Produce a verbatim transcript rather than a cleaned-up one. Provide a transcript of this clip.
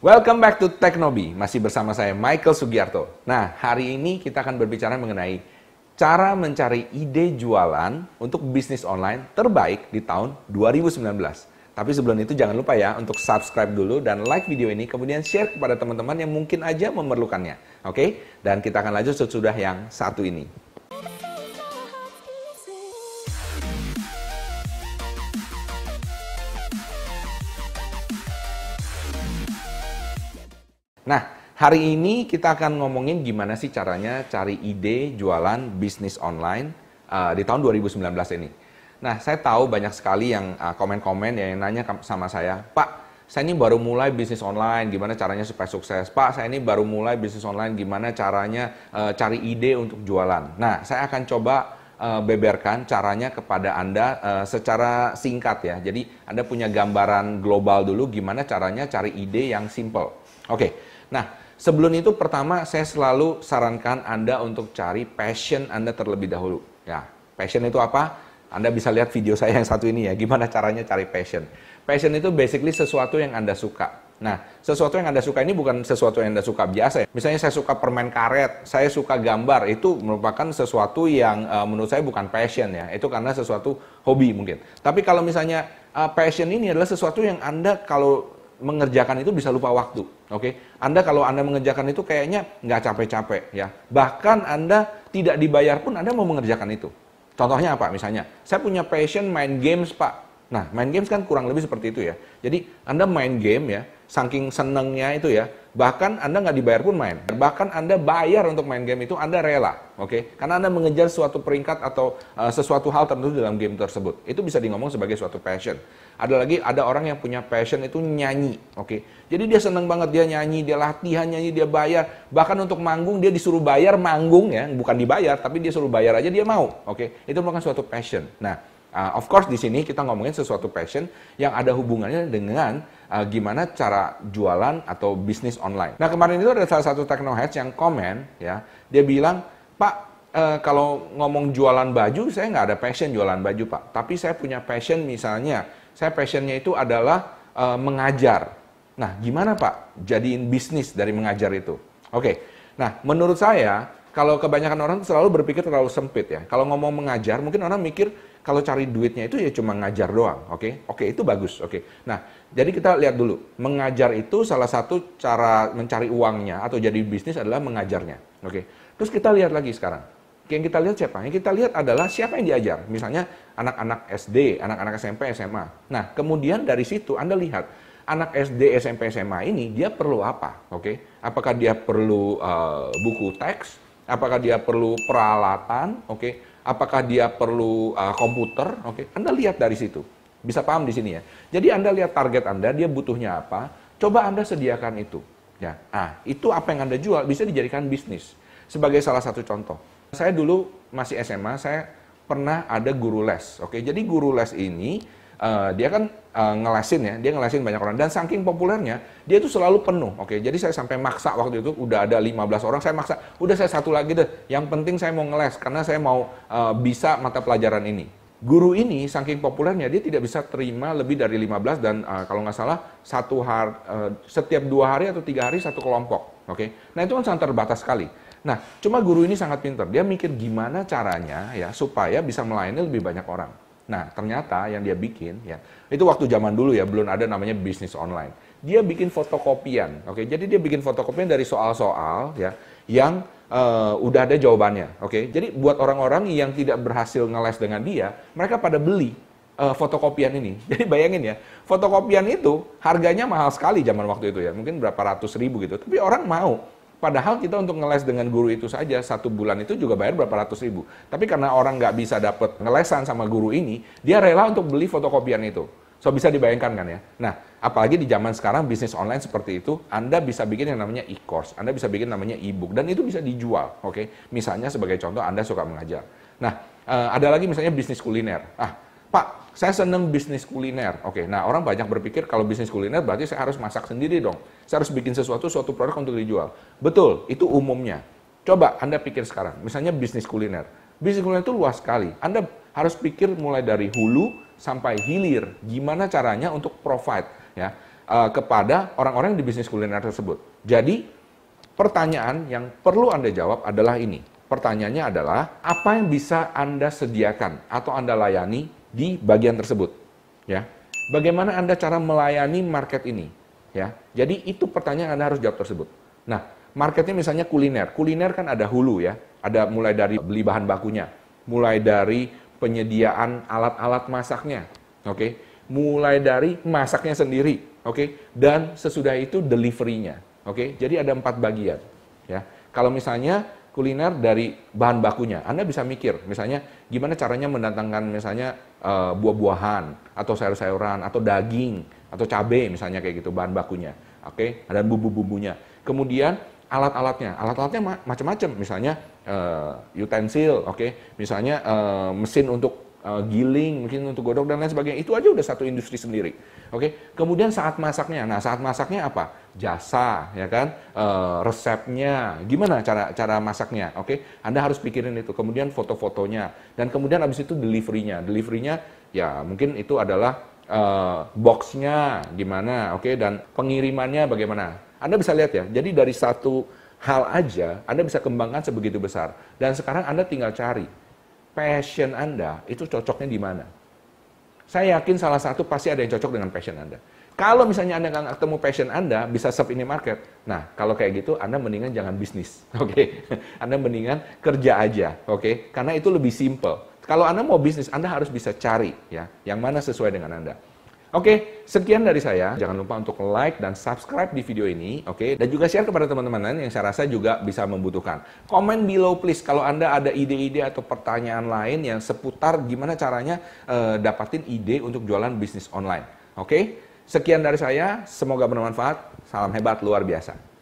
Welcome back to Teknobi, masih bersama saya Michael Sugiarto. Nah, hari ini kita akan berbicara mengenai cara mencari ide jualan untuk bisnis online terbaik di tahun dua ribu sembilan belas. Tapi sebelum itu jangan lupa ya untuk subscribe dulu dan like video ini, kemudian share kepada teman-teman yang mungkin aja memerlukannya. Oke? Dan kita akan lanjut sesudah yang satu ini. Nah, hari ini kita akan ngomongin gimana sih caranya cari ide jualan bisnis online uh, di tahun dua ribu sembilan belas ini. Nah, saya tahu banyak sekali yang komen-komen uh, yang nanya sama saya, Pak, saya ini baru mulai bisnis online, gimana caranya supaya sukses? Pak, saya ini baru mulai bisnis online, gimana caranya uh, cari ide untuk jualan? Nah, saya akan coba uh, beberkan caranya kepada Anda uh, secara singkat ya. Jadi, Anda punya gambaran global dulu gimana caranya cari ide yang simple. Oke. Nah, sebelum itu pertama saya selalu sarankan Anda untuk cari passion Anda terlebih dahulu. Ya, passion itu apa? Anda bisa lihat video saya yang satu ini ya, gimana caranya cari passion. Passion itu basically sesuatu yang Anda suka. Nah, sesuatu yang Anda suka ini bukan sesuatu yang Anda suka biasa ya. Misalnya saya suka permen karet, saya suka gambar, itu merupakan sesuatu yang uh, menurut saya bukan passion ya. Itu karena sesuatu hobi mungkin. Tapi kalau misalnya uh, passion ini adalah sesuatu yang Anda kalau mengerjakan itu bisa lupa waktu, oke? Okay? Anda kalau Anda mengerjakan itu kayaknya nggak capek-capek, ya. Bahkan Anda tidak dibayar pun Anda mau mengerjakan itu. Contohnya apa? Misalnya, saya punya passion main games, Pak. Nah, main games kan kurang lebih seperti itu ya. Jadi, Anda main game ya, saking senengnya itu ya, bahkan Anda nggak dibayar pun main. Bahkan Anda bayar untuk main game itu, Anda rela, oke? Okay? Karena Anda mengejar suatu peringkat atau uh, sesuatu hal tertentu dalam game tersebut. Itu bisa ngomong sebagai suatu passion. Ada lagi, ada orang yang punya passion itu nyanyi, oke? Okay? Jadi dia seneng banget, dia nyanyi, dia latihan nyanyi, dia bayar. Bahkan untuk manggung, dia disuruh bayar manggung ya, bukan dibayar, tapi dia suruh bayar aja dia mau, oke? Okay? Itu merupakan suatu passion. Nah, Uh, of course di sini kita ngomongin sesuatu passion yang ada hubungannya dengan uh, gimana cara jualan atau bisnis online. Nah, kemarin itu ada salah satu technoheads yang komen ya, dia bilang, Pak, uh, kalau ngomong jualan baju saya nggak ada passion jualan baju, Pak. Tapi saya punya passion, misalnya saya passionnya itu adalah uh, mengajar. Nah, gimana Pak jadiin bisnis dari mengajar itu? Oke, okay. Nah menurut saya kalau kebanyakan orang selalu berpikir terlalu sempit ya. Kalau ngomong mengajar, mungkin orang mikir kalau cari duitnya itu ya cuma ngajar doang, oke? Okay? Oke, okay, itu bagus, oke. Okay. Nah, jadi kita lihat dulu. Mengajar itu salah satu cara mencari uangnya atau jadi bisnis adalah mengajarnya, oke? Okay? Terus kita lihat lagi sekarang. Yang kita lihat siapa? Yang kita lihat adalah siapa yang diajar. Misalnya anak-anak S D, anak-anak S M P, S M A. Nah, kemudian dari situ Anda lihat anak S D, S M P, S M A ini dia perlu apa, oke? Okay? Apakah dia perlu uh, buku teks? Apakah dia perlu peralatan, oke? Okay? Apakah dia perlu uh, komputer, oke? Okay? Anda lihat dari situ, bisa paham di sini ya. Jadi Anda lihat target Anda, dia butuhnya apa? Coba Anda sediakan itu, ya. Ah, itu apa yang Anda jual bisa dijadikan bisnis. Sebagai salah satu contoh, saya dulu masih S M A, saya pernah ada guru les, oke? Okay? Jadi guru les ini uh, dia kan uh, ngelesin ya, dia ngelesin banyak orang dan saking populernya dia itu selalu penuh, oke? Jadi saya sampai maksa waktu itu udah ada lima belas orang, saya maksa, udah saya satu lagi deh, yang penting saya mau ngeles karena saya mau uh, bisa mata pelajaran ini. Guru ini saking populernya dia tidak bisa terima lebih dari lima belas dan uh, kalau nggak salah satu hari, uh, setiap dua hari atau tiga hari satu kelompok, oke? Nah itu kan sangat terbatas sekali. Nah cuma guru ini sangat pintar, dia mikir gimana caranya ya supaya bisa melayani lebih banyak orang. Nah, ternyata yang dia bikin, ya, itu waktu zaman dulu ya, belum ada namanya bisnis online. Dia bikin fotokopian, oke? Jadi dia bikin fotokopian dari soal-soal, ya, yang uh, udah ada jawabannya, oke? Jadi buat orang-orang yang tidak berhasil ngeles dengan dia, mereka pada beli uh, fotokopian ini. Jadi bayangin ya, fotokopian itu harganya mahal sekali zaman waktu itu ya, mungkin berapa ratus ribu gitu. Tapi orang mau. Padahal kita untuk ngeles dengan guru itu saja, satu bulan itu juga bayar berapa ratus ribu. Tapi karena orang nggak bisa dapat ngelesan sama guru ini, dia rela untuk beli fotokopian itu. So, bisa dibayangkan kan ya? Nah, apalagi di zaman sekarang bisnis online seperti itu, Anda bisa bikin yang namanya e-course, Anda bisa bikin namanya e-book, dan itu bisa dijual, oke? Okay? Misalnya sebagai contoh, Anda suka mengajar. Nah, uh, ada lagi misalnya bisnis kuliner. Ah, Pak, saya seneng bisnis kuliner. Oke, nah orang banyak berpikir kalau bisnis kuliner berarti saya harus masak sendiri dong. Saya harus bikin sesuatu, suatu produk untuk dijual. Betul, itu umumnya. Coba Anda pikir sekarang, misalnya bisnis kuliner. Bisnis kuliner itu luas sekali. Anda harus pikir mulai dari hulu sampai hilir. Gimana caranya untuk provide, ya. uh, kepada orang-orang di bisnis kuliner tersebut. Jadi, pertanyaan yang perlu Anda jawab adalah ini. Pertanyaannya adalah, apa yang bisa Anda sediakan atau Anda layani di bagian tersebut? Ya. Bagaimana Anda cara melayani market ini? Ya. Jadi, itu pertanyaan Anda harus jawab tersebut. Nah, marketnya misalnya kuliner. Kuliner kan ada hulu ya. Ada mulai dari beli bahan bakunya, mulai dari penyediaan alat-alat masaknya, oke, okay? Mulai dari masaknya sendiri, oke, okay? Dan sesudah itu delivery-nya, oke. Okay? Jadi ada empat bagian, ya. Kalau misalnya kuliner dari bahan bakunya, Anda bisa mikir, misalnya gimana caranya mendatangkan misalnya uh, buah-buahan atau sayur-sayuran atau daging atau cabai misalnya kayak gitu bahan bakunya, oke, okay? Dan bumbu-bumbunya. Kemudian alat-alatnya, alat-alatnya ma macam-macam, misalnya uh, utensil, oke, okay? Misalnya uh, mesin untuk uh, giling, mungkin untuk godok dan lain sebagainya, itu aja udah satu industri sendiri, oke. Okay? Kemudian saat masaknya, nah saat masaknya apa? Jasa, ya kan, uh, resepnya, gimana cara cara masaknya, oke? Okay? Anda harus pikirin itu. Kemudian foto-fotonya, dan kemudian abis itu delivery-nya, delivery-nya ya mungkin itu adalah uh, box-nya gimana, oke, okay? Dan pengirimannya bagaimana. Anda bisa lihat ya, jadi dari satu hal aja, Anda bisa kembangkan sebegitu besar. Dan sekarang Anda tinggal cari, passion Anda itu cocoknya di mana. Saya yakin salah satu pasti ada yang cocok dengan passion Anda. Kalau misalnya Anda nggak ketemu passion Anda, bisa serve ini market. Nah, kalau kayak gitu, Anda mendingan jangan bisnis, oke? Okay? Anda mendingan kerja aja, oke? Okay? Karena itu lebih simple. Kalau Anda mau bisnis, Anda harus bisa cari, ya, yang mana sesuai dengan Anda. Oke, sekian dari saya. Jangan lupa untuk like dan subscribe di video ini, oke? Dan juga share kepada teman-teman lain yang saya rasa juga bisa membutuhkan. Comment below please kalau Anda ada ide-ide atau pertanyaan lain yang seputar gimana caranya uh, dapatin ide untuk jualan bisnis online. Oke? Sekian dari saya, semoga bermanfaat. Salam hebat luar biasa.